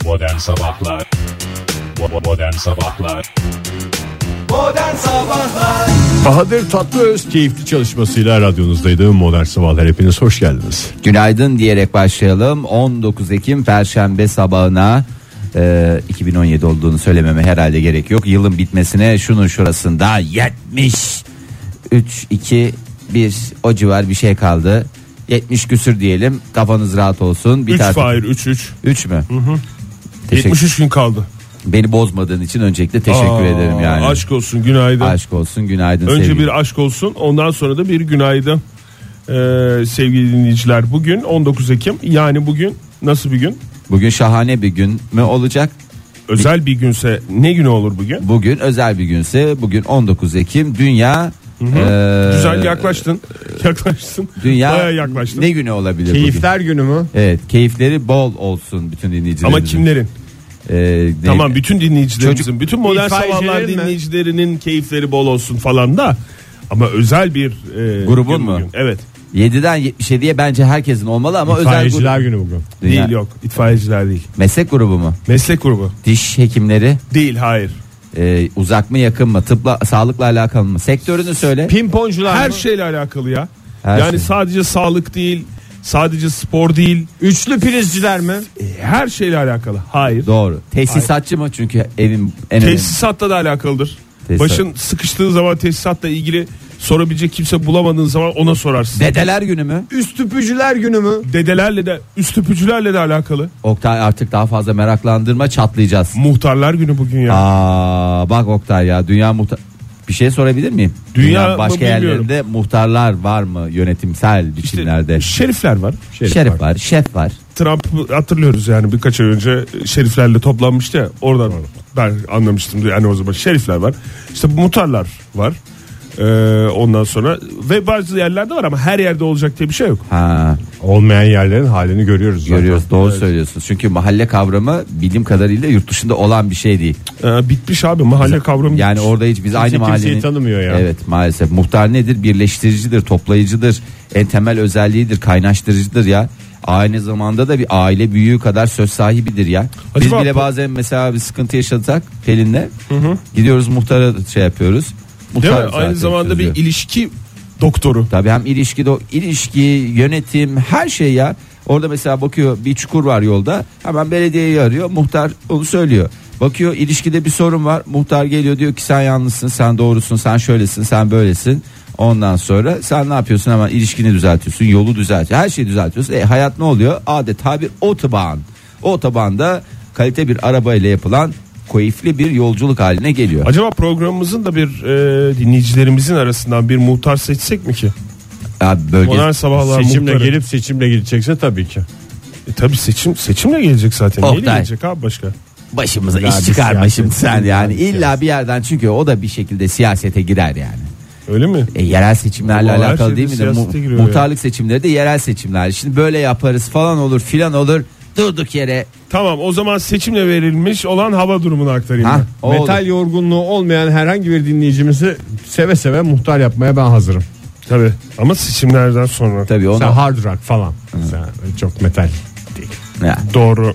Modern Sabahlar. Modern Sabahlar. Modern Sabahlar. Bahadır Tatlıöz keyifli çalışmasıyla radyonuzdaydı. Modern Sabahlar, hepiniz hoş geldiniz. Günaydın diyerek başlayalım. 19 Ekim Perşembe sabahına 2017 olduğunu söylememe herhalde gerek yok. Yılın bitmesine şunun şurasında 73, 2, 1 o civar bir şey kaldı. 70 küsür diyelim, kafanız rahat olsun. 3 Fahir 3. 3 mü? Hı. 73 gün kaldı. Beni bozmadığın için öncelikle teşekkür ederim yani. Aşk olsun, günaydın. Aşk olsun, günaydın. Önce sevgili. bir aşk olsun, ondan sonra da bir günaydın. Sevgili dinleyiciler, bugün 19 Ekim, yani bugün nasıl bir gün? Bugün şahane bir gün mü olacak? Özel bir günse ne günü olur bugün? Bugün özel bir günse bugün 19 Ekim Dünya. Güzel yaklaştın. Dünya bayağı yaklaştın. Ne günü olabilir Keyifler günü mü? Evet, keyifleri bol olsun bütün dinleyicilerimizin. Ama kimlerin? Tamam, bütün dinleyicilerimizin, Çocuk- bütün modern sabahlar mi? dinleyicilerinin keyifleri bol olsun falan da. Ama özel bir Grubun gün mu? bugün. Evet. 7'den 77'ye bence herkesin olmalı ama özel İtfaiyeciler grup. günü bugün. Dünya- Değil, yok. İtfaiyeciler değil. Meslek grubu mu? Meslek grubu. Diş hekimleri, Değil, hayır. uzak mı yakın mı, tıpla sağlıkla alakalı mı? Sektörünü söyle. Pimponcular Her mı? şeyle alakalı ya. Her Yani şey. sadece sağlık değil, sadece spor değil, Üçlü prizciler mi? her şeyle alakalı. Hayır. Doğru. Tesisatçı mı? Çünkü evin en önemli. Tesisatla da alakalıdır. Tesisat. Başın sıkıştığı zaman tesisatla ilgili sorabilecek kimse bulamadığın zaman ona sorarsın. Dedeler günü mü? Üstüpücüler günü mü? Dedelerle de, üstüpücülerle de alakalı. Oktay, artık daha fazla meraklandırma, çatlayacağız. Muhtarlar günü bugün ya. Bak Oktay ya, dünya muhtar. Bir şey sorabilir miyim? Dünya mı başka bilmiyorum. yerlerinde muhtarlar var mı yönetimsel biçimlerde? Şerifler var. Şerif var, şef var. Trump hatırlıyoruz yani, birkaç ay önce şeriflerle toplanmıştı ya, oradan ben anlamıştım yani o zaman. Şerifler var, işte muhtarlar var, ondan sonra ve bazı yerlerde var ama her yerde olacak diye bir şey yok. Ha, Olmayan yerlerin halini görüyoruz zaten. görüyoruz, doğru söylüyorsunuz. Çünkü mahalle kavramı bildiğim kadarıyla yurt dışında olan bir şey değil. Bitmiş abi, mahalle kavramı. Yani orada hiç biz aynı kimseyi mahallenin tanımıyor ya. Evet, maalesef. Muhtar nedir? Birleştiricidir, toplayıcıdır. En temel özelliğidir, kaynaştırıcıdır ya. Aynı zamanda da bir aile büyüğü kadar söz sahibidir ya. Biz Acaba bile bazen mesela bir sıkıntı yaşasak Pelin'le gidiyoruz muhtara şey yapıyoruz. Değil mi? Muhtar Aynı zaten zamanda bir çözüyor. ilişki doktoru. Tabii hem ilişki, yönetim, her şey ya. Orada mesela bakıyor, bir çukur var yolda, hemen belediyeyi arıyor, muhtar onu söylüyor. Bakıyor ilişkide bir sorun var, muhtar geliyor, diyor ki sen yanlışsın, sen doğrusun, sen şöylesin, sen böylesin. Ondan sonra sen ne yapıyorsun, hemen ilişkini düzeltiyorsun, yolu düzeltiyorsun, her şeyi düzeltiyorsun. Hayat ne oluyor? Adeta bir otoban. O otobanda kalite bir arabayla yapılan keyifli bir yolculuk haline geliyor. Acaba programımızın da bir dinleyicilerimizin arasından bir muhtar seçsek mi ki? Ya Modern sabahlar Seçimle muhtarı. gelip seçimle gidecekse tabii ki. Tabii seçimle gelecek zaten. Neyle Oktay. gelecek abi başka? başımıza İlla iş bir çıkarma siyaset, şimdi sen illa yani. bir İlla siyaset. bir yerden, çünkü o da bir şekilde siyasete girer yani. Öyle mi? Yerel seçimlerle Vallahi her alakalı şeyde değil mi? siyasete giriyor Muhtarlık seçimleri de yerel seçimler. Şimdi böyle yaparız falan olur filan olur. Durduk yere. Tamam, o zaman seçimle verilmiş olan hava durumunu aktarayım Ha, ben. o olur. Metal yorgunluğu olmayan herhangi bir dinleyicimizi seve seve muhtar yapmaya ben hazırım. Tabii, ama seçimlerden sonra. Tabii onu. Sen hard rock falan. Sen çok metal değil. Ya. Doğru.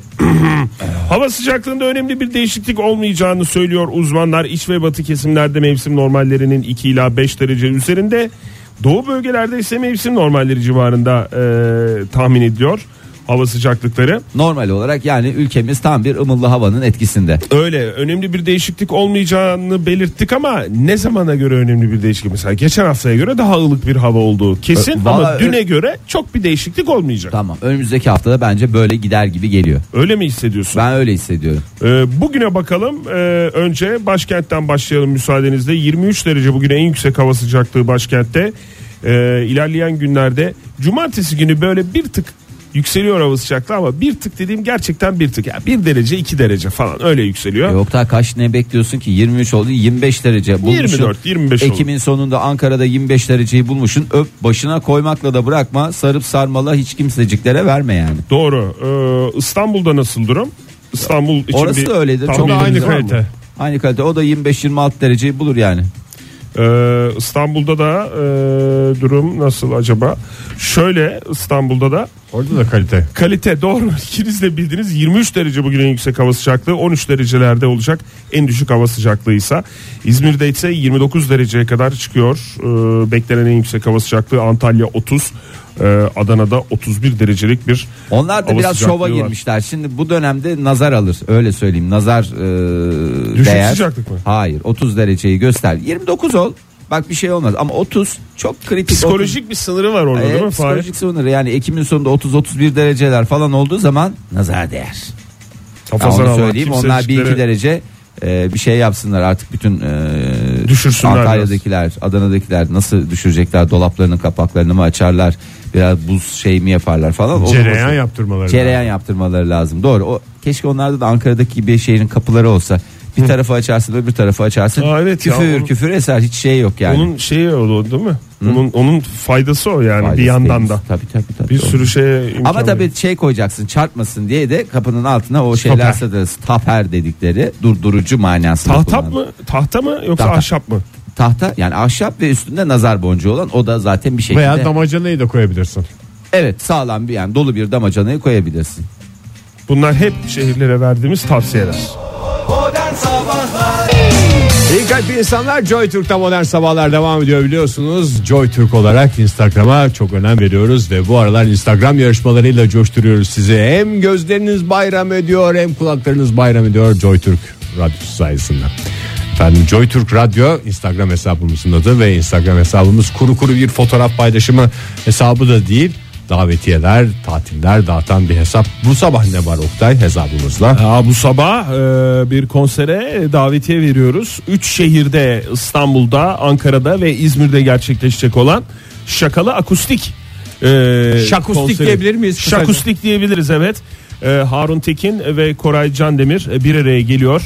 Hava sıcaklığında önemli bir değişiklik olmayacağını söylüyor uzmanlar. İç ve batı kesimlerde mevsim normallerinin 2 ila 5 derece üzerinde. Doğu bölgelerde ise mevsim normalleri civarında tahmin ediliyor hava sıcaklıkları. Normal olarak yani ülkemiz tam bir ımıllı havanın etkisinde. Öyle, önemli bir değişiklik olmayacağını belirttik ama ne zamana göre önemli bir değişiklik? Mesela geçen haftaya göre daha ılık bir hava olduğu kesin ama Vallahi düne göre çok bir değişiklik olmayacak. Tamam, önümüzdeki haftada bence böyle gider gibi geliyor. Öyle mi hissediyorsun? Ben öyle hissediyorum. Bugüne bakalım. Önce başkentten başlayalım müsaadenizle. 23 derece bugün en yüksek hava sıcaklığı başkentte. İlerleyen günlerde cumartesi günü böyle bir tık yükseliyor hava sıcaklığı ama bir tık dediğim gerçekten bir tık. Yani 1 derece 2 derece falan öyle yükseliyor. Yok da kaç ne bekliyorsun ki? 23 oldu, 25 derece bulmuşsun. 24, 25 oldu. Ekim'in sonunda Ankara'da 25 dereceyi bulmuşsun. Öp başına koymakla da bırakma. Sarıp sarmala hiç kimseciklere verme yani. Doğru. İstanbul'da nasıl durum? İstanbul için Orası da öyledir. Çok tahmininiz aynı var mı? kalite. Aynı kalite, o da 25-26 dereceyi bulur yani. İstanbul'da da durum nasıl acaba? Şöyle, İstanbul'da da Orada da kalite. kalite doğru. İkiniz de bildiniz. 23 derece bugün en yüksek hava sıcaklığı, 13 derecelerde olacak en düşük hava sıcaklığıysa. İzmir'de ise 29 dereceye kadar çıkıyor. Beklenen en yüksek hava sıcaklığı. Antalya 30, Adana'da 31 derecelik bir Onlar da hava biraz sıcaklığı şova var. girmişler. Şimdi bu dönemde nazar alır. Öyle söyleyeyim. Nazar Düşük değer. sıcaklık mı? Hayır, 30 dereceyi göster. 29 ol. Bak bir şey olmaz ama 30 çok kritik. Psikolojik bir sınırı var orada, değil mi? Psikolojik sınırı, yani Ekim'in sonunda 30-31 dereceler falan olduğu zaman nazar değer. Hafazan Onu Allah, söyleyeyim. Onlar 1-2 kimseciklere derece bir şey yapsınlar artık, bütün düşürsünler Antalya'dakiler, Adana'dakiler nasıl düşürecekler, dolaplarının kapaklarını mı açarlar, biraz buz şey mi yaparlar falan. Cereyan Olması- yaptırmaları. Cereyan yaptırmaları lazım. Doğru. O keşke onlarda da Ankara'daki gibi şehrin kapıları olsa. Bir tarafı açarsın, öbür tarafı açarsın. Evet ya, küfür onun- küfür eser, hiç şey yok yani. Onun şeyi o değil mi? Onun faydası o yani, Faydası bir yandan değil. da. Tabii. Bir sürü şeye imkan Ama tabii veriyor. şey koyacaksın, çarpmasın diye de kapının altına o şeyler satılır. Staper dedikleri, durdurucu manasında Tahta kullanılır. mı? Tahta mı yoksa Tahta. ahşap mı? Tahta, yani ahşap ve üstünde nazar boncuğu olan, o da zaten bir şekilde. Veya damacanayı da koyabilirsin. Evet, sağlam bir, yani dolu bir damacanayı koyabilirsin. Bunlar hep şehirlere verdiğimiz tavsiyeler. Modern Sabahlar. İyi kalpli insanlar, Joy Türk'te Modern Sabahlar devam ediyor biliyorsunuz. Joy Türk olarak Instagram'a çok önem veriyoruz ve bu aralar Instagram yarışmalarıyla coşturuyoruz sizi. Hem gözleriniz bayram ediyor hem kulaklarınız bayram ediyor Joy Türk radyosu sayesinde. Efendim, Joy Türk Radyo Instagram hesabımızın adı ve Instagram hesabımız kuru bir fotoğraf paylaşımı hesabı da değil. Davetiyeler, tatiller dağıtan bir hesap. Bu sabah ne var Oktay hesabımızda? Bu sabah bir konsere davetiye veriyoruz. 3 şehirde, İstanbul'da, Ankara'da ve İzmir'de gerçekleşecek olan Şakalı Akustik Şakustik konseri. diyebilir miyiz kısaca? Şakustik diyebiliriz, evet. Harun Tekin ve Koray Candemir bir araya geliyor.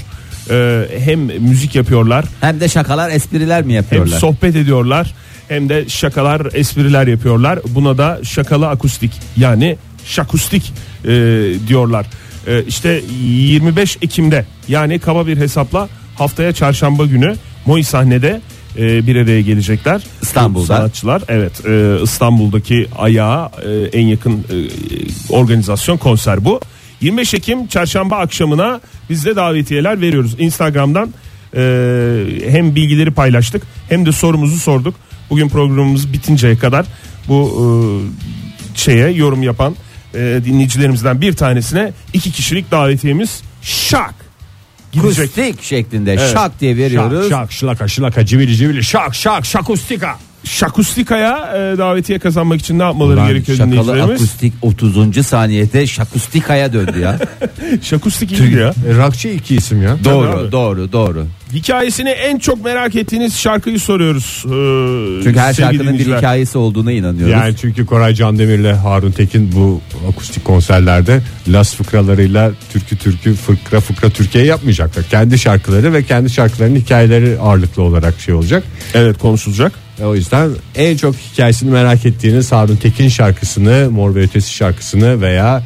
Hem müzik yapıyorlar, Hem de şakalar, espriler mi hem yapıyorlar? sohbet ediyorlar, hem de şakalar, espriler yapıyorlar. Buna da Şakalı Akustik, yani şakustik diyorlar. İşte 25 Ekim'de, yani kaba bir hesapla haftaya çarşamba günü Moi sahnede bir araya gelecekler. İstanbul'da. Sanatçılar, evet, İstanbul'daki ayağa en yakın organizasyon, konser bu. 25 Ekim çarşamba akşamına biz de davetiyeler veriyoruz. Instagram'dan hem bilgileri paylaştık hem de sorumuzu sorduk. Bugün programımız bitinceye kadar bu şeye yorum yapan dinleyicilerimizden bir tanesine 2 kişilik davetiyemiz şak gidecek. Akustik şeklinde Evet. şak diye veriyoruz. Şak şlaka şlaka civili civili şak şakustika. Şakustika'ya davetiye kazanmak için ne yapmaları Ulan, gerekiyor şakalı dinleyicilerimiz? akustik 30. saniyede şakustikaya döndü ya. Şakustik iyiydi ya. Rakçı iki isim ya. Tabii doğru. Hikayesini en çok merak ettiğiniz şarkıyı soruyoruz. Çünkü her sevgili şarkının bir dinleyiciler. hikayesi olduğuna inanıyoruz. Yani çünkü Koray Candemir'le Harun Tekin bu akustik konserlerde Las fıkralarıyla türkü fıkra Türkiye yapmayacaklar. Kendi şarkıları ve kendi şarkılarının hikayeleri ağırlıklı olarak şey olacak. Evet, konuşulacak. O yüzden en çok hikayesini merak ettiğiniz Harun Tekin şarkısını, Mor ve Ötesi şarkısını veya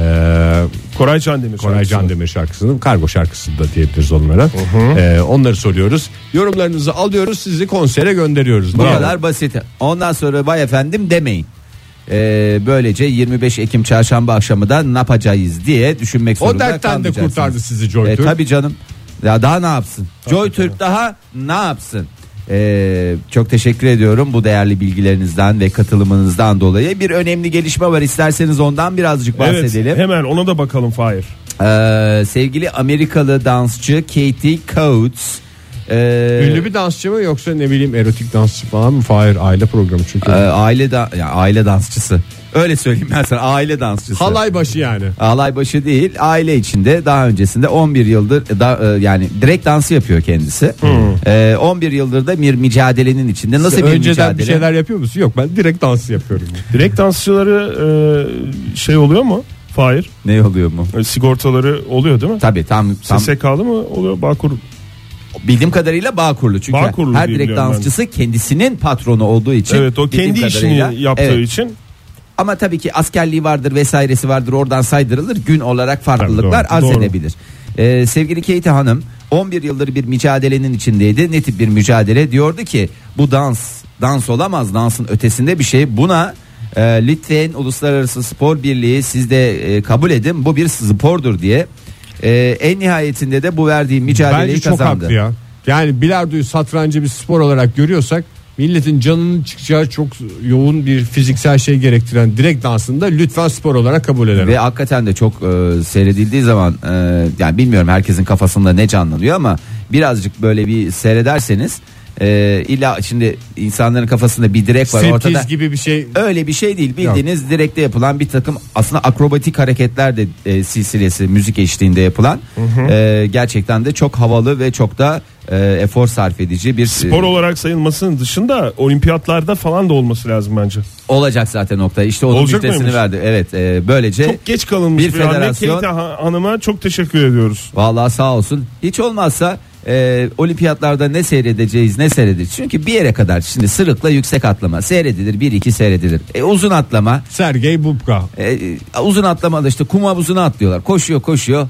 Koray Candemir. Koray Candemir şarkısını, kargo şarkısı da diyebiliriz onlara. Onları soruyoruz. Yorumlarınızı alıyoruz, sizi konsere gönderiyoruz. Bu Bravo. kadar basit. Ondan sonra vay efendim demeyin. Böylece 25 Ekim çarşamba akşamı da ne yapacağız diye düşünmek O zorunda dertten de kalmayacaksınız. kurtardı sizi Joy Türk. Tabii canım. Ya daha ne yapsın? Joy Türk daha ne yapsın? Çok teşekkür ediyorum bu değerli bilgilerinizden ve katılımınızdan dolayı. Bir önemli gelişme var, isterseniz ondan birazcık bahsedelim. Evet, hemen ona da bakalım Fahir. Sevgili Amerikalı dansçı Katie Coates, Ünlü bir dansçı mı yoksa ne bileyim erotik dansçı falan mı? Hayır, aile programı çünkü. aile dansçısı. Öyle söyleyeyim ben sana, aile dansçısı. Halay başı yani. Alay başı değil, aile içinde daha öncesinde 11 yıldır yani direkt dansı yapıyor kendisi. 11 yıldır da bir mücadelenin içinde. Nasıl bir Önceden mücadele? bir şeyler yapıyor musun? Yok, ben direkt dans yapıyorum. Direkt dansçıları şey oluyor mu Fahir? Ne oluyor mu? Sigortaları oluyor değil mi? Tabii tam SSK'lı mı oluyor? Bağkur. bildiğim kadarıyla Bağkurlu. Çünkü Bağkurlu her diye direkt biliyorum ben. dansçısı kendisinin patronu olduğu için. Evet, o bildiğim kendi kadarıyla- işini yaptığı Evet. için. Ama tabii ki askerliği vardır vesairesi vardır, oradan saydırılır, gün olarak farklılıklar Tabii, arz doğru. edebilir. Sevgili Katie Hanım 11 yıldır bir mücadelenin içindeydi. Ne tip bir mücadele? Diyordu ki bu dans olamaz, dansın ötesinde bir şey. Buna lütfen Uluslararası Spor Birliği siz de kabul edin, bu bir spordur diye. En nihayetinde de bu verdiği mücadeleyi Bence çok kazandı. haklı ya. Yani bilardoyu, satrancı bir spor olarak görüyorsak, milletin canının çıkacağı çok yoğun bir fiziksel şey gerektiren direkt dansını da lütfen spor olarak kabul edelim. Ve hakikaten de çok seyredildiği zaman yani bilmiyorum herkesin kafasında ne canlanıyor ama birazcık böyle bir seyrederseniz illa şimdi insanların kafasında bir direk var Striptease ortada gibi bir şey. öyle bir şey değil, bildiğiniz direkte yapılan bir takım aslında akrobatik hareketler de silsilesi müzik eşliğinde yapılan gerçekten de çok havalı ve çok da efor sarf edici bir Spor olarak sayılmasının dışında olimpiyatlarda falan da olması lazım bence. olacak zaten nokta. İşte onun Olacak müjdesini mıymış? verdi. Evet, böylece Çok geç kalınmış bir bir hamle. federasyon. Kate Hanım'a çok teşekkür ediyoruz. Vallahi sağ olsun. Hiç olmazsa olimpiyatlarda ne seyredeceğiz, ne seyredeceğiz. Çünkü bir yere kadar şimdi sırıkla yüksek atlama seyredilir, 1-2 seyredilir. Uzun atlama, Sergey Bubka. uzun atlamada işte kum havuzuna atlıyorlar. Koşuyor.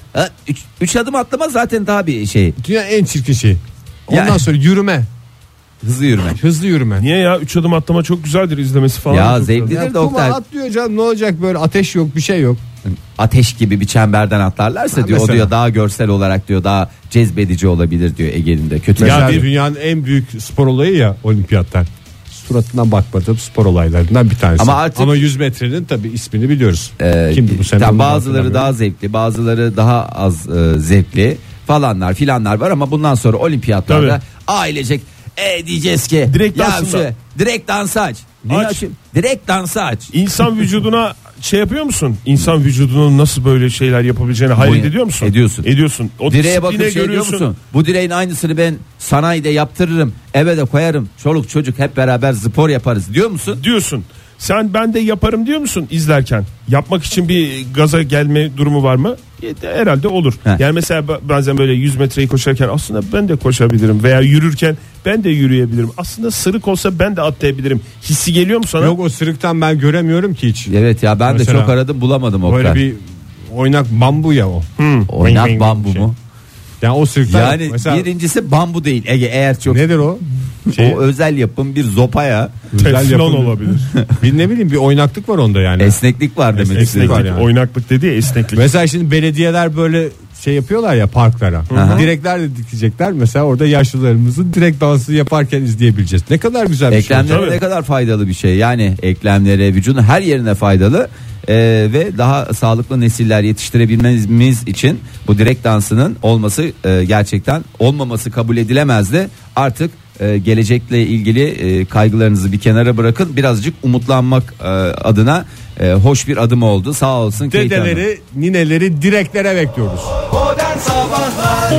3 adım atlama zaten daha bir şey. Dünyanın en çirkin şeyi. Ondan Yani- sonra yürüme. Hızlı yürüme. Hızlı yürüme. Niye ya? 3 adım atlama çok güzeldir, izlemesi falan. Ya çok zevkli. güzel. Ya Bir de kuma Oktay- atlıyor canım, ne olacak böyle, ateş yok, bir şey yok. Ateş gibi bir çemberden atlarlarsa Ha, diyor o mesela. diyor daha görsel olarak diyor daha cezbedici olabilir diyor Ege'nin de. Kötü Ya bir dünyanın en büyük spor olayı ya olimpiyatlar. Suratından bakmadığım spor olaylarından bir tanesi. Ama artık- 100 metrenin tabii ismini biliyoruz. Kimdi bu sene? Tam onu bazıları hatırlamıyorum. daha zevkli, bazıları daha az zevkli falanlar filanlar var ama bundan sonra olimpiyatlarda Tabii. ailecek diyeceğiz ki Direkt ya dansında. direkt dansı aç. Niye Aç. açayım? Direkt dansı aç. İnsan vücuduna şey yapıyor musun? İnsan vücudunun nasıl böyle şeyler yapabileceğini hayret ediyor musun? Ediyorsun. O Direğe bakıp disipline şey diyor musun? Bu direğin aynısını ben sanayide yaptırırım. Eve de koyarım. Çoluk çocuk hep beraber spor yaparız diyor musun? Diyorsun. Sen ben de yaparım diyor musun izlerken? Yapmak için bir gaza gelme durumu var mı? Herhalde olur. He. Yani mesela bazen böyle 100 metreyi koşarken aslında ben de koşabilirim veya yürürken ben de yürüyebilirim. Aslında sırık olsa ben de atlayabilirim. Hissi geliyor mu sana? Yok, o sırıktan ben göremiyorum ki hiç. Evet ya ben Mesela de çok aradım bulamadım o Böyle kadar. bir oynak bambu ya o. Oynak Bing bing bambu şey. mu? Yani o sırıktan Yani mesela birincisi bambu değil Ege eğer çok nedir o? o özel yapım bir zopa ya. Özel Teflon yapım- olabilir. Bir ne bileyim bir oynaklık var onda yani. Esneklik var demek Esneklik istedim. var Esneklik, yani. oynaklık dedi ya, esneklik. Mesela şimdi belediyeler böyle şey yapıyorlar ya parklara. Direkler de dikecekler. Mesela orada yaşlılarımızın direkt dansı yaparken izleyebileceğiz. Ne kadar güzel bir şey. Eklemlere Tabii. ne kadar faydalı bir şey. Yani eklemlere, vücudun her yerine faydalı. Ve daha sağlıklı nesiller yetiştirebilmemiz için bu direkt dansının olması gerçekten olmaması kabul edilemezdi. Artık gelecekle ilgili kaygılarınızı bir kenara bırakın. Birazcık umutlanmak adına hoş bir adım oldu. Sağ olsun Kate Hanım. Dedeleri, nineleri direklere bekliyoruz. Modern Sabahlar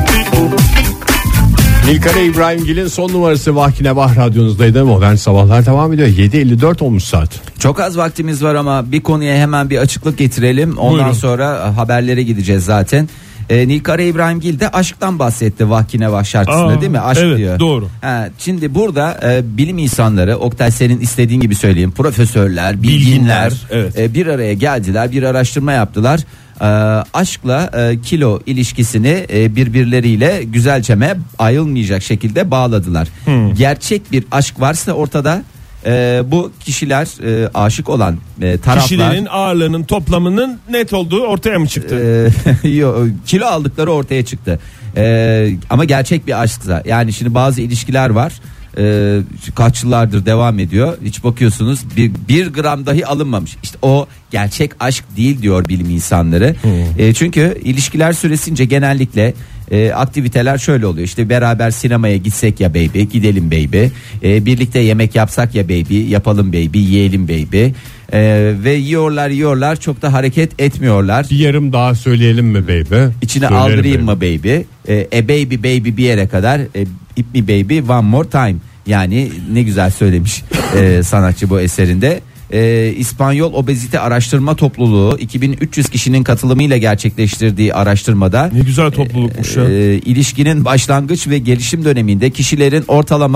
Nilkare İbrahimgil'in son numarası Vahkine Bah radyonuzdaydı. Modern Sabahlar devam ediyor. 7.54 olmuş saat. Çok az vaktimiz var ama bir konuya hemen bir açıklık getirelim. Ondan Buyurun. sonra haberlere gideceğiz zaten. Nilkare İbrahimgil de aşktan bahsetti Vahkine Vah şarkısında değil mi? Aşk evet, diyor. doğru. Şimdi burada bilim insanları, Oktay senin istediğin gibi söyleyeyim, profesörler, bilginler evet. bir araya geldiler, bir araştırma yaptılar. Aşkla kilo ilişkisini birbirleriyle güzelceme ayrılmayacak şekilde bağladılar. Gerçek bir aşk varsa ortada bu kişiler aşık olan taraflar Kişilerin ağırlığının toplamının net olduğu ortaya mı çıktı? kilo aldıkları ortaya çıktı. Ama gerçek bir aşksa yani şimdi bazı ilişkiler var. Kaç yıllardır devam ediyor. Hiç bakıyorsunuz bir gram dahi alınmamış. İşte o gerçek aşk değil diyor bilim insanları. Çünkü ilişkiler süresince genellikle aktiviteler şöyle oluyor. İşte beraber sinemaya gitsek ya baby, gidelim baby. Birlikte yemek yapsak ya baby, yapalım baby, yiyelim baby. Ve yiyorlar çok da hareket etmiyorlar. Bir yarım daha söyleyelim mi baby? İçine Söylerim aldırayım mı baby? Baby bir yere kadar. Hit me baby one more time. Yani ne güzel söylemiş sanatçı bu eserinde. İspanyol Obezite Araştırma Topluluğu 2300 kişinin katılımıyla gerçekleştirdiği araştırmada Ne güzel toplulukmuş ya. ilişkinin başlangıç ve gelişim döneminde kişilerin ortalama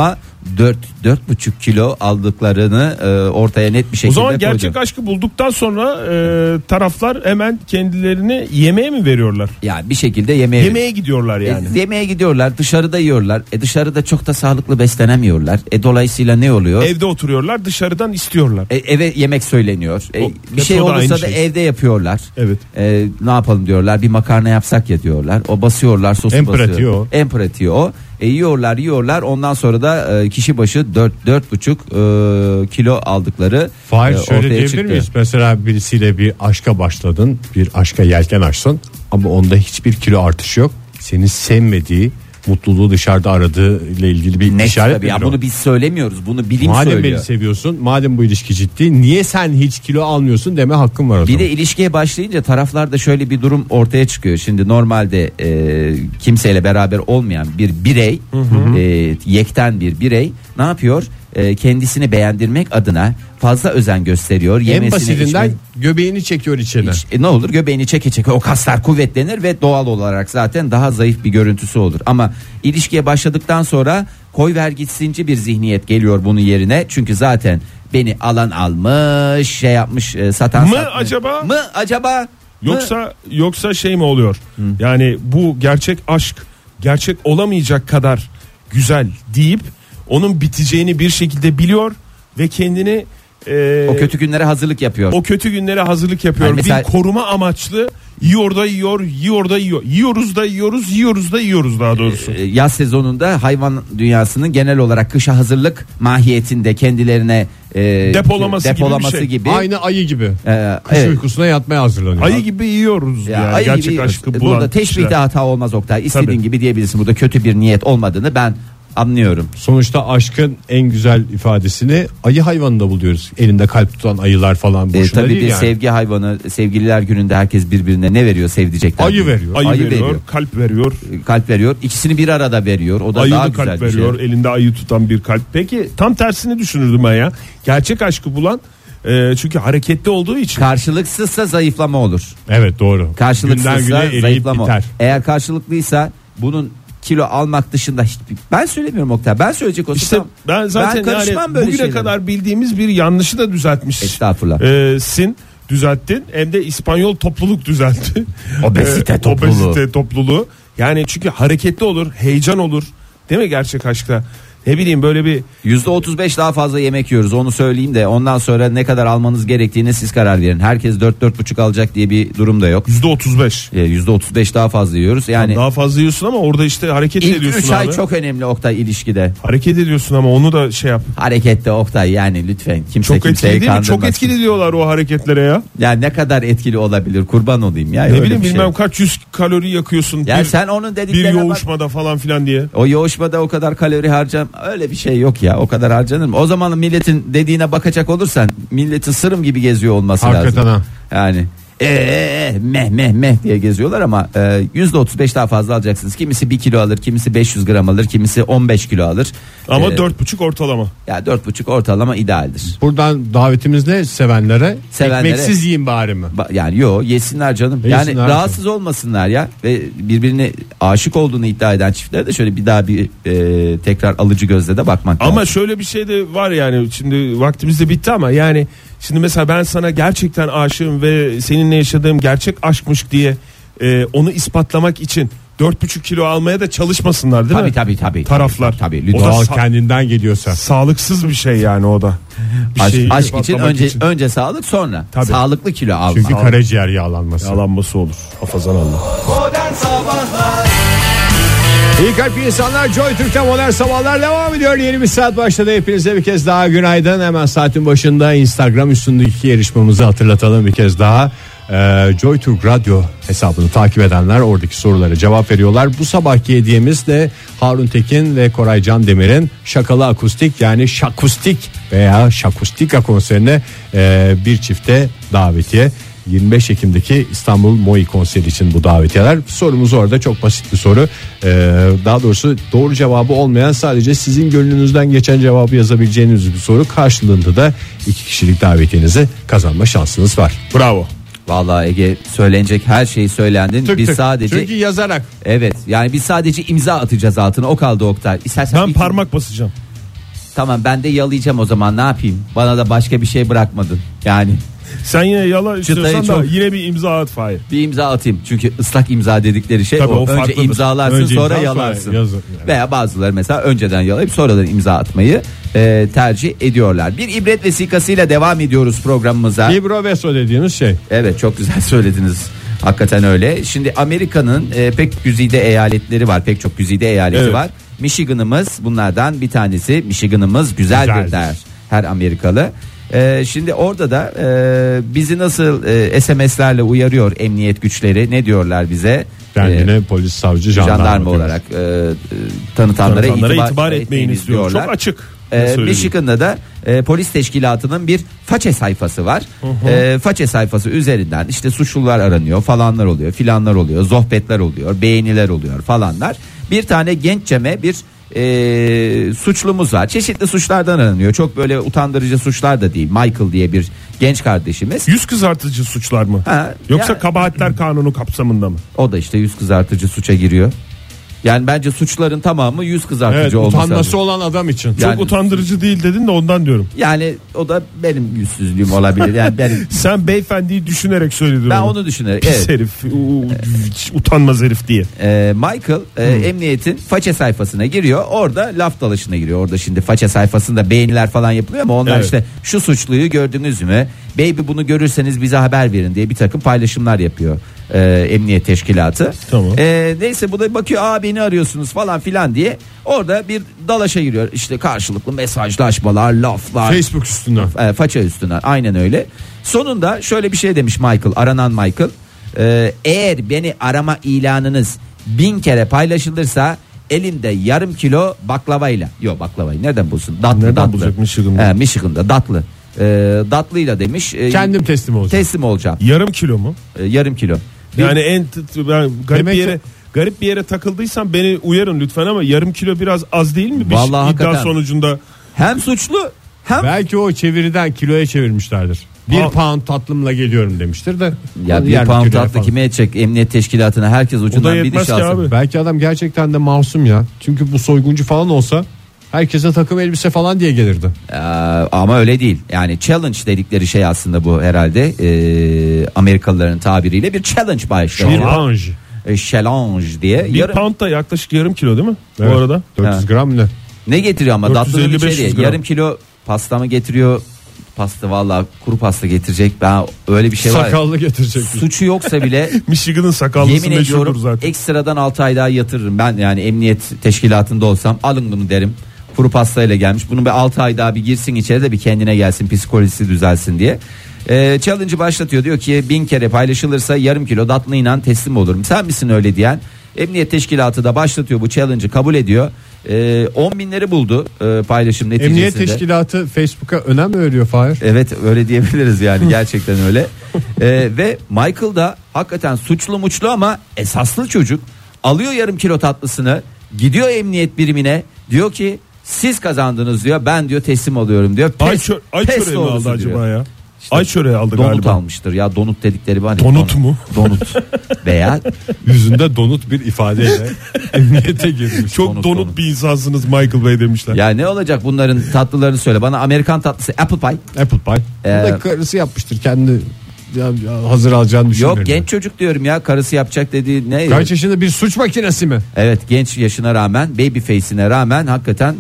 4,5 kilo aldıklarını ortaya net bir şekilde O zaman gerçek koydu. aşkı bulduktan sonra taraflar hemen kendilerini yemeğe mi veriyorlar? Yani bir şekilde yemeğe gidiyorlar yani. Yemeğe gidiyorlar, dışarıda yiyorlar. Dışarıda çok da sağlıklı beslenemiyorlar. Dolayısıyla ne oluyor? Evde oturuyorlar, dışarıdan istiyorlar. Eve yemek söyleniyor. Bir şey o da olursa aynı da şey. evde yapıyorlar. Evet. Ne yapalım diyorlar. Bir makarna yapsak ya diyorlar. O basıyorlar, sosu En basıyor. pratiği o. En pratiği o. Yiyorlar. Ondan sonra da kişi başı 4,5 kilo aldıkları Fahir şöyle ortaya diyebilir çıktı. miyiz? Mesela birisiyle bir aşka başladın. Bir aşka yelken açtın. Ama onda hiçbir kilo artışı yok. Seni sevmediği, mutluluğu dışarıda aradığı ile ilgili bir Net işaret tabii ya, midir o? bunu biz söylemiyoruz. Bunu bilim Madem söylüyor. beni seviyorsun, madem bu ilişki ciddi, niye sen hiç kilo almıyorsun deme hakkın var o Bir zaman. de ilişkiye başlayınca taraflarda şöyle bir durum ortaya çıkıyor. Şimdi normalde kimseyle beraber olmayan bir birey, yekten bir birey ne yapıyor? Kendisini beğendirmek adına fazla özen gösteriyor. En Yemesine, basitinden göbeğini çekiyor içine. ne olur göbeğini çeke o kaslar kuvvetlenir ve doğal olarak zaten daha zayıf bir görüntüsü olur. Ama ilişkiye başladıktan sonra koy ver gitsinci bir zihniyet geliyor bunun yerine. Çünkü zaten beni alan almış, şey yapmış, satan Mı satmış. acaba? Mı acaba? Yoksa şey mi oluyor? Yani bu gerçek aşk gerçek olamayacak kadar güzel deyip onun biteceğini bir şekilde biliyor ve kendini O kötü günlere hazırlık yapıyor. o kötü günlere hazırlık yapıyor. Yani mesela- Bir koruma amaçlı yiyor da yiyor. Yiyoruz da yiyoruz daha doğrusu. Yaz sezonunda hayvan dünyasının genel olarak kışa hazırlık mahiyetinde kendilerine Depolaması gibi bir şey. Aynı ayı gibi. Kış evet. uykusuna yatmaya hazırlanıyor. Ayı gibi yiyoruz Ya, yani. ayı Gerçek gibi, aşkı bulan burada teşbihte kişiler. hata olmaz Oktay. İstediğin Tabii. gibi diyebilirsin. Burada kötü bir niyet olmadığını ben anlıyorum. Sonuçta aşkın en güzel ifadesini ayı hayvanında buluyoruz. Elinde kalp tutan ayılar falan boşuna Tabii değil bir yani. sevgi hayvanı, sevgililer gününde herkes birbirine ne veriyor sevdicekler? Ayı veriyor. Ayı veriyor, kalp veriyor. Kalp veriyor. İkisini bir arada veriyor. O da daha Ayılı güzel kalp bir veriyor. şey. Elinde ayı tutan bir kalp. Peki tam tersini düşünürdüm ben ya. Gerçek aşkı bulan çünkü hareketli olduğu için. Karşılıksızsa zayıflama olur. Evet doğru. Günden Karşılıksızsa güne eriyip zayıflama olur. biter. Eğer karşılıklıysa bunun kilo almak dışında hiçbir... Ben söylemiyorum Oktay. Ben söyleyecek olsam İşte ben zaten karışmam yani böyle bugüne şeylere. kadar bildiğimiz bir yanlışı da düzeltmiş. Estağfurullah. Düzelttin. Hem de İspanyol topluluk düzeltti. Obezite topluluğu. Obezite topluluğu. Yani çünkü hareketli olur, heyecan olur. Değil mi gerçek aşkta? Ne bileyim böyle bir %35 daha fazla yemek yiyoruz, onu söyleyeyim de ondan sonra ne kadar almanız gerektiğine siz karar verin. Herkes 4-4,5 alacak diye bir durum da yok. %35. %35 daha fazla yiyoruz. Yani Daha fazla yiyorsun ama orada işte hareket ilk ediyorsun 3 abi. ay çok önemli Oktay ilişkide. Hareket ediyorsun ama onu da şey yap. Harekette Oktay, yani lütfen kimse Çok kimseyi etkili değil mi? Çok kandırmasın. etkili diyorlar o hareketlere ya. Yani ne kadar etkili olabilir, kurban olayım ya. Ne öyle bileyim bir şey. bilmem kaç yüz kalori yakıyorsun. Ya sen onun bir dediklerine bak. yoğuşmada falan filan diye. O yoğuşmada o kadar kalori harcam, öyle bir şey yok ya, o kadar harcanır mı? O zaman milletin dediğine bakacak olursan milletin sırım gibi geziyor olması Hakikaten lazım. Yani meh diye geziyorlar ama %35 daha fazla alacaksınız. Kimisi 1 kilo alır, kimisi 500 gram alır, kimisi 15 kilo alır. Ama 4,5 ortalama. Ya 4,5 ortalama idealdir. Buradan davetimiz ne sevenlere? Sevenlere- Ekmeksiz yiyin bari mi? Yani yesinler canım. Yesinler Yani canım. rahatsız olmasınlar ya. Ve birbirine aşık olduğunu iddia eden çiftlere de şöyle bir daha bir tekrar alıcı gözle de bakmak Ama lazım. şöyle bir şey de var yani, şimdi vaktimiz de bitti ama yani şimdi mesela ben sana gerçekten aşığım ve seninle yaşadığım gerçek aşkmış diye onu ispatlamak için 4,5 kilo almaya da çalışmasınlar değil mi? Tabii. Taraflar. Tabii, O lütfen. da Doğal kendinden geliyorsa. sağlıksız bir şey yani o da. Bir Aşk, şeyi aşk için ispatlamak önce sağlık, sonra Tabii. sağlıklı kilo alma. Çünkü karaciğer yağlanması. Yalanması olur. Hafazan Allah. Modern Sabahlar İyi kalp insanlar, Joy Türk'te modern sabahlar devam ediyor. Yeni bir saat başladı. Hepinize bir kez daha günaydın. Hemen saatin başında Instagram üstündeki yarışmamızı hatırlatalım bir kez daha. Joy Türk Radyo hesabını takip edenler oradaki sorulara cevap veriyorlar. Bu sabahki hediyemiz de Harun Tekin ve Koray Can Demir'in Şakalı Akustik, yani Şakustik veya Şakustika konserine bir çifte davetiye. 25 Ekim'deki İstanbul Moi konseri için bu davetiyeler. Sorumuz orada çok basit bir soru. Daha doğrusu doğru cevabı olmayan, sadece sizin gönlünüzden geçen cevabı yazabileceğiniz bir soru. Karşılığında da 2 kişilik davetiyenizi kazanma şansınız var. Bravo. Vallahi Ege, söylenecek her şeyi söylendin. Tık biz tık. sadece Çünkü yazarak. evet, yani biz sadece imza atacağız altına, o kaldı Oktay. İstersen Ben parmak basacağım. Tamam ben de yalayacağım o zaman, ne yapayım? Bana da başka bir şey bırakmadın. Yani Sen yine yala istiyorsan da çok- yine bir imza at Fahir. bir imza atayım. Çünkü ıslak imza dedikleri şey Tabii o. o Önce farklıdır. imzalarsın Önce sonra imza, sonra yalarsın. yazın. Yani. Veya bazıları mesela önceden yalayıp sonradan imza atmayı tercih ediyorlar. Bir ibret vesikasıyla devam ediyoruz programımıza. Libro Veso dediğimiz şey. Evet, çok güzel söylediniz. Hakikaten öyle. Şimdi Amerika'nın pek güzide eyaletleri var. Pek çok güzide eyaleti Evet. var. Michigan'ımız bunlardan bir tanesi. Michigan'ımız güzeldir Güzeldir. der her Amerikalı. Şimdi orada da bizi nasıl SMS'lerle uyarıyor emniyet güçleri, ne diyorlar bize? Kendine polis, savcı, jandarma olarak tanıtanlara itibar etmeyiniz diyor. Çok açık. Michigan'da da polis teşkilatının bir façe sayfası var. Façe sayfası üzerinden işte suçlular aranıyor, falanlar oluyor, filanlar oluyor, zohbetler oluyor, beğeniler oluyor falanlar. Bir tane genççeme bir suçlumuz var. Çeşitli suçlardan aranıyor. Çok böyle utandırıcı suçlar da değil. Michael diye bir genç kardeşimiz. Yüz kızartıcı suçlar mı? Ha, Yoksa ya- kabahatler kanunu kapsamında mı? O da işte yüz kızartıcı suça giriyor. Yani bence suçların tamamı yüz kızartıcı Evet, olması utanması lazım. olan adam için. Yani- Çok utandırıcı değil dedin de ondan diyorum. Yani o da benim yüzsüzlüğüm olabilir. Yani benim, Sen beyefendiyi düşünerek söyledin ben onu. onu düşünerek. Pis Evet. herif, utanmaz herif diye. Michael emniyetin façe sayfasına giriyor. Orada laf dalaşına giriyor. Orada şimdi façe sayfasında beğeniler falan yapılıyor ama onlar Evet. işte şu suçluyu gördünüz mü? Baby bunu görürseniz bize haber verin diye bir takım paylaşımlar yapıyor emniyet teşkilatı. Tamam. Neyse bu da bakıyor, beni arıyorsunuz falan filan diye. Orada bir dalaşa giriyor. İşte karşılıklı mesajlaşmalar, laflar. Facebook üstünden. Faça üstünden, aynen öyle. Sonunda şöyle bir şey demiş Michael, aranan Michael. Eğer beni arama ilanınız 1000 kere paylaşılırsa elimde yarım kilo baklavayla. Yok, baklavayı nereden bulsun? Nereden bulacak Michigan'da? Michigan'da datlı. Datlıyla demiş. Kendim teslim olacağım. Teslim olacağım. Yarım kilo mu? Yarım kilo. Yani ben garip Demek bir ki- yere garip bir yere takıldıysam beni uyarın lütfen ama yarım kilo biraz az değil mi? Bir Vallahi iddia hakikaten. sonucunda Hem suçlu hem Belki o çeviriden kiloya çevirmişlerdir. Bir Ha. pound tatlımla geliyorum demiştir de. ya Onu bir yer pound kiloya tatlı falan. kime edecek, emniyet teşkilatına herkes ucundan bir yetmez diş ki alsın. abi. Belki adam gerçekten de masum ya. Çünkü bu soyguncu falan olsa herkese takım elbise falan diye gelirdi. Ama öyle değil. Yani challenge dedikleri şey aslında bu herhalde. Amerikalıların tabiriyle bir challenge başlıyor. Challenge. Challenge diye. bir pound da yaklaşık yarım kilo değil mi? Evet. Bu arada. 400 Ha. gram ne? Ne getiriyor ama tatlının bir şey 450-500 değil. gram. Yarım kilo pasta mı getiriyor? Pasta, vallahi kuru pasta getirecek. Ben öyle bir şey var. Sakallı getirecek. Suçu yoksa bile Michigan'ın sakallısı yemin meşhurdur ediyorum zaten. ekstradan 6 ay daha yatırırım. Ben yani emniyet teşkilatında olsam alın bunu derim. Kuru pastayla gelmiş. Bunun bir 6 ay daha bir girsin içeri de bir kendine gelsin, psikolojisi düzelsin diye. Challenge'ı başlatıyor. Diyor ki 1000 kere paylaşılırsa yarım kilo tatlıyla teslim olurum. Sen misin öyle diyen? Emniyet teşkilatı da başlatıyor bu challenge'ı, kabul ediyor. 10 binleri buldu paylaşım neticesinde. Emniyet teşkilatı Facebook'a önem mi veriyor Fahir? Evet, öyle diyebiliriz yani, gerçekten öyle. Ve Michael da hakikaten suçlu muçlu ama esaslı çocuk. Alıyor yarım kilo tatlısını, gidiyor emniyet birimine, diyor ki siz kazandınız diyor, ben diyor teslim oluyorum diyor. Ay Pes çöreği mi aldı doğrusu acaba diyor. ya? Ay çöreği aldı Donut galiba. almıştır ya, donut dedikleri var ya. Donut mu? Donut veya Yüzünde donut bir ifadeyle emniyete girmiş. Çok Donut. donut bir insansınız Michael Bey demişler. ya ne olacak bunların tatlılarını söyle bana. Amerikan tatlısı apple pie. Apple pie. Bu Ee, da karısı yapmıştır kendi hazır alacağını düşünüyorum. Yok, genç çocuk diyorum ya, karısı yapacak dediği ne? Kaç yaşında bir suç makinesi mi? Evet, genç yaşına rağmen, baby face'ine rağmen hakikaten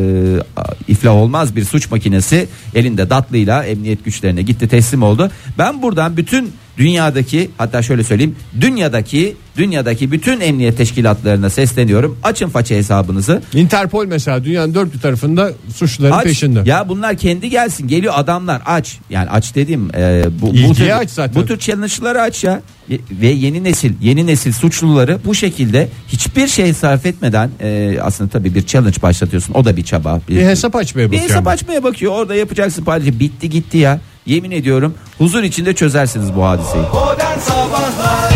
iflah olmaz bir suç makinesi elinde datlıyla emniyet güçlerine gitti, teslim oldu. Ben buradan bütün dünyadaki, hatta şöyle söyleyeyim, dünyadaki bütün emniyet teşkilatlarına sesleniyorum. Açın faça hesabınızı. Interpol mesela dünyanın dört bir tarafında suçluların Aç. peşinde. Ya bunlar kendi gelsin, geliyor adamlar, aç. Yani aç dediğim bu İlgiyi tür, aç zaten. bu tür challenge'ları aç ya. Ve yeni nesil suçluları bu şekilde hiçbir şey sarf etmeden aslında tabii bir challenge başlatıyorsun. O da bir çaba. Bir hesap açmaya Bir bakıyor. hesap açmaya bakıyor. Orada yapacaksın paylaşı. Bitti gitti ya. Yemin ediyorum huzur içinde çözersiniz bu hadiseyi. Modern Sabahlar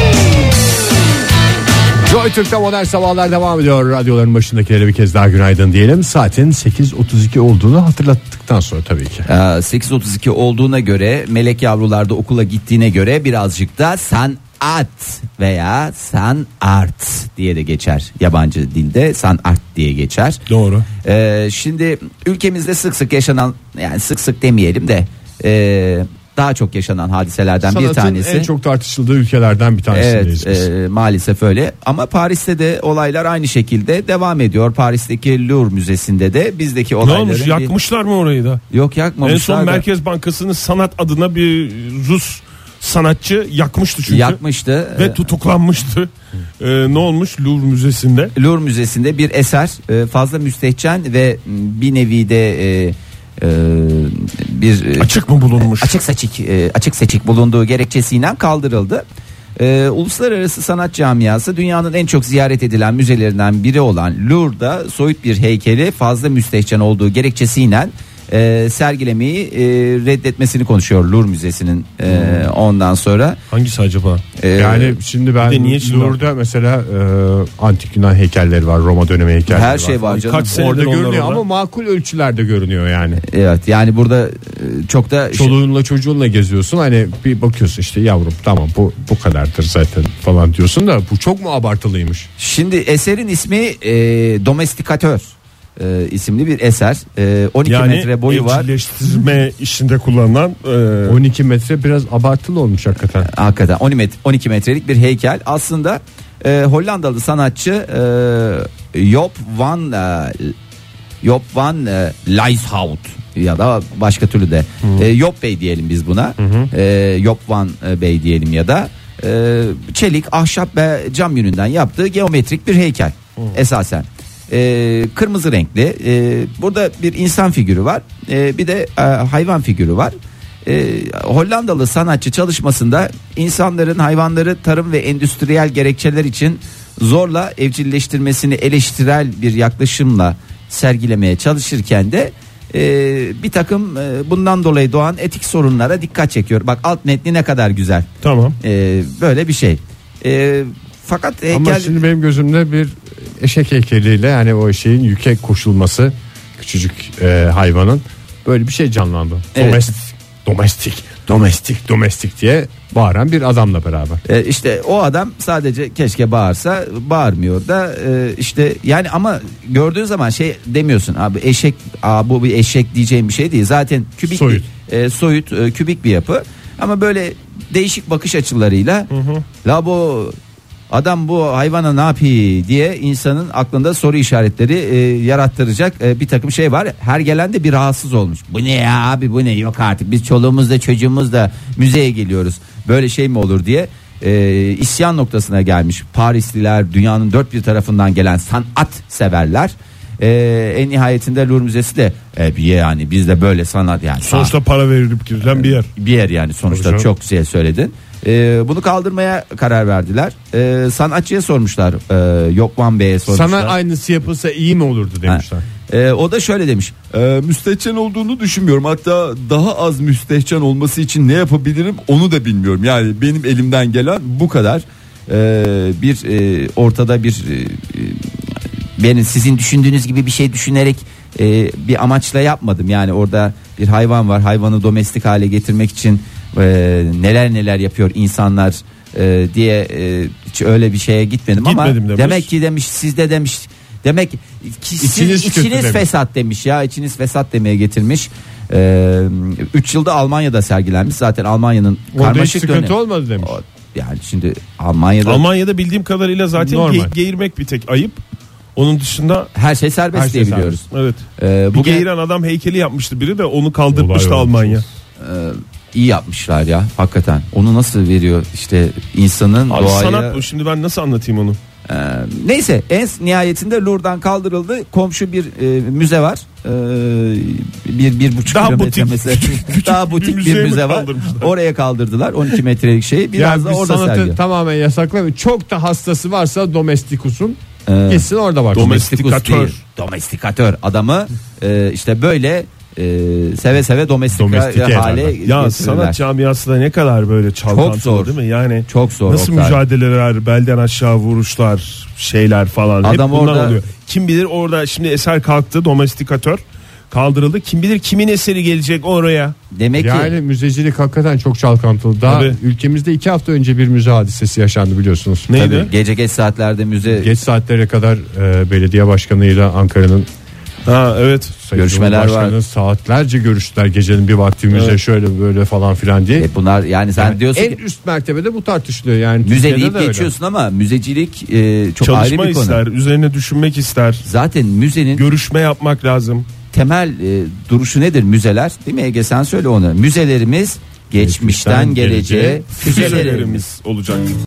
Joy Türk'te modern sabahlar devam ediyor. Radyoların başındakilere bir kez daha günaydın diyelim. Saatin 8.32 olduğunu hatırlattıktan sonra tabii ki. 8.32 olduğuna göre, melek yavrular da okula gittiğine göre birazcık da sen sanat veya sanart diye de geçer. Yabancı dilde sanart diye geçer. Doğru. Şimdi ülkemizde sık sık yaşanan, yani sık sık demeyelim de daha çok yaşanan hadiselerden bir tanesi. Sanatın en çok tartışıldığı ülkelerden bir tanesindeyiz biz. Maalesef öyle. Ama Paris'te de olaylar aynı şekilde devam ediyor. Paris'teki Louvre Müzesi'nde de bizdeki Ne olayların... olmuş, yakmışlar mı orayı da? Yok, yakmamışlar. En son da. Merkez Bankası'nın sanat adına bir Rus sanatçı yakmıştı çünkü. Yakmıştı. Ve tutuklanmıştı. Ne olmuş Louvre Müzesi'nde? Louvre Müzesi'nde bir eser fazla müstehcen ve bir nevi de bir Açık mı bulunmuş? açık seçik bulunduğu gerekçesiyle kaldırıldı. Uluslararası sanat camiası dünyanın en çok ziyaret edilen müzelerinden biri olan Louvre'da soyut bir heykeli fazla müstehcen olduğu gerekçesiyle sergilemeyi reddetmesini konuşuyor Louvre Müzesi'nin. Ondan sonra Hangisi acaba? Yani şimdi ben Bir de niye şimdi- Louvre'da mesela antik Yunan heykelleri var, Roma dönemi heykelleri her şey var canım. Kaç senedir Orada onlar görünüyor orada. ama makul ölçülerde görünüyor yani. Evet, yani burada çok da Çoluğunla çocuğunla geziyorsun, hani bir bakıyorsun işte yavrum tamam bu kadardır zaten falan diyorsun da bu çok mu abartılıymış? Şimdi eserin ismi Domestikatör isimli bir eser. 12 metre boyu var. evcilleştirme işinde kullanılan 12 metre biraz abartılı olmuş hakikaten. Hakikaten 12 metrelik bir heykel. Aslında Hollandalı sanatçı Job van Lieshout ya da başka türlü de Job Bey diyelim biz buna. Job van Bey diyelim ya da çelik, ahşap ve cam yününden yaptığı geometrik bir heykel esasen. Kırmızı renkli. Burada bir insan figürü var. Bir de hayvan figürü var. Hollandalı sanatçı çalışmasında insanların hayvanları tarım ve endüstriyel gerekçeler için zorla evcilleştirmesini eleştirel bir yaklaşımla sergilemeye çalışırken de bir takım bundan dolayı doğan etik sorunlara dikkat çekiyor. Bak, alt metni ne kadar güzel. tamam. Böyle bir şey. Fakat heykel... Ama şimdi benim gözümde bir eşek heykeliyle, yani o eşeğin yüke koşulması, küçücük hayvanın böyle bir şey canlandı. Evet. Domestik diye bağıran bir adamla beraber. İşte o adam sadece keşke bağırsa, bağırmıyor da işte yani, ama gördüğün zaman şey demiyorsun abi, eşek, bu bir eşek diyeceğim bir şey değil. Zaten kübik soyut kübik bir yapı, ama böyle değişik bakış açılarıyla la bu adam bu hayvana ne yapıyor diye insanın aklında soru işaretleri yarattıracak bir takım şey var. Her gelen de bir rahatsız olmuş. Bu ne ya abi, bu ne, yok artık biz çoluğumuzla çocuğumuzla müzeye geliyoruz. Böyle şey mi olur diye isyan noktasına gelmiş. Parisliler, dünyanın dört bir tarafından gelen sanat severler. En nihayetinde Louvre Müzesi de yani biz de böyle sanat, yani Sonuçta para verilip girilen bir yer. yani sonuçta çok güzel söyledin. Bunu kaldırmaya karar verdiler. Sanatçıya sormuşlar. Yokvan Bey'e sormuşlar. Sana aynısı yapılsa iyi mi olurdu demişler. O da şöyle demiş. Müstehcen olduğunu düşünmüyorum. Hatta daha az müstehcen olması için ne yapabilirim onu da bilmiyorum. Yani benim elimden gelen bu kadar. Ortada bir benim sizin düşündüğünüz gibi bir şey düşünerek bir amaçla yapmadım. Yani orada bir hayvan var. Hayvanı domestik hale getirmek için neler yapıyor insanlar diye hiç öyle bir şeye gitmedim ama demiş. demek ki demiş, sizde demiş, demek ki içiniz fesat demiş ya, içiniz fesat demeye getirmiş. 3 yılda Almanya'da sergilenmiş, zaten Almanya'nın Orada hiç karmaşık sıkıntı dönemi. olmadı demiş. Yani şimdi Almanya'da bildiğim kadarıyla zaten Normal. geğirmek bir tek ayıp. Onun dışında her şey serbest her diye şey biliyoruz. evet. Bir Bugün geğiren adam heykeli yapmıştı biri de, onu kaldırmıştı Olay Almanya. iyi yapmışlar ya hakikaten. Onu nasıl veriyor işte insanın Abi doğaya. sanat bu, şimdi ben nasıl anlatayım onu? Neyse, en nihayetinde Louvre'dan kaldırıldı. Komşu bir müze var. 1,5 Daha kilometre butik, mesela. Daha butik bir müzeye mi müze var. kaldırmışlar? Oraya kaldırdılar 12 metrelik şeyi. Biraz Yani da biz orada sanatı sergi. tamamen yasaklamıyor. Çok da hastası varsa domestikusun. Gitsin orada bak. Domestikatör. Değil, domestikatör adamı işte böyle seve seve Domestike hale ederler. Ya getirirler. sanat camiası da ne kadar böyle çalkantılı, Çok zor. değil mi? Yani Çok zor. nasıl Oktay. mücadeleler, belden aşağı vuruşlar, şeyler falan. Adam hep bundan orada- oluyor. Kim bilir orada şimdi eser kalktı, domestikatör. kaldırıldı. Kim bilir kimin eseri gelecek oraya. Demek ki Yani müzecilik hakikaten çok çalkantılı. Daha Tabii. ülkemizde 2 hafta önce bir müze hadisesi yaşandı biliyorsunuz. Neydi? tabii, gece geç saatlerde müze Geç saatlere kadar belediye başkanıyla Ankara'nın Ha evet. Sayın Görüşmeler Cumhurbaşkanı var. saatlerce görüştüler gecenin bir vakti müze Evet. şöyle böyle falan filan diye. bunlar yani sen Yani diyorsun en ki üst mertebede bu tartışılıyor yani. müze Türkiye'de deyip de öyle. geçiyorsun ama müzecilik çok Çalışma ayrı bir konu. ister, üzerine düşünmek ister. Zaten müzenin Görüşme yapmak lazım. temel duruşu nedir müzeler? Değil mi Ege, sen söyle onu. Müzelerimiz geçmişten geleceğe füzelerimiz. Füzelerimiz olacak.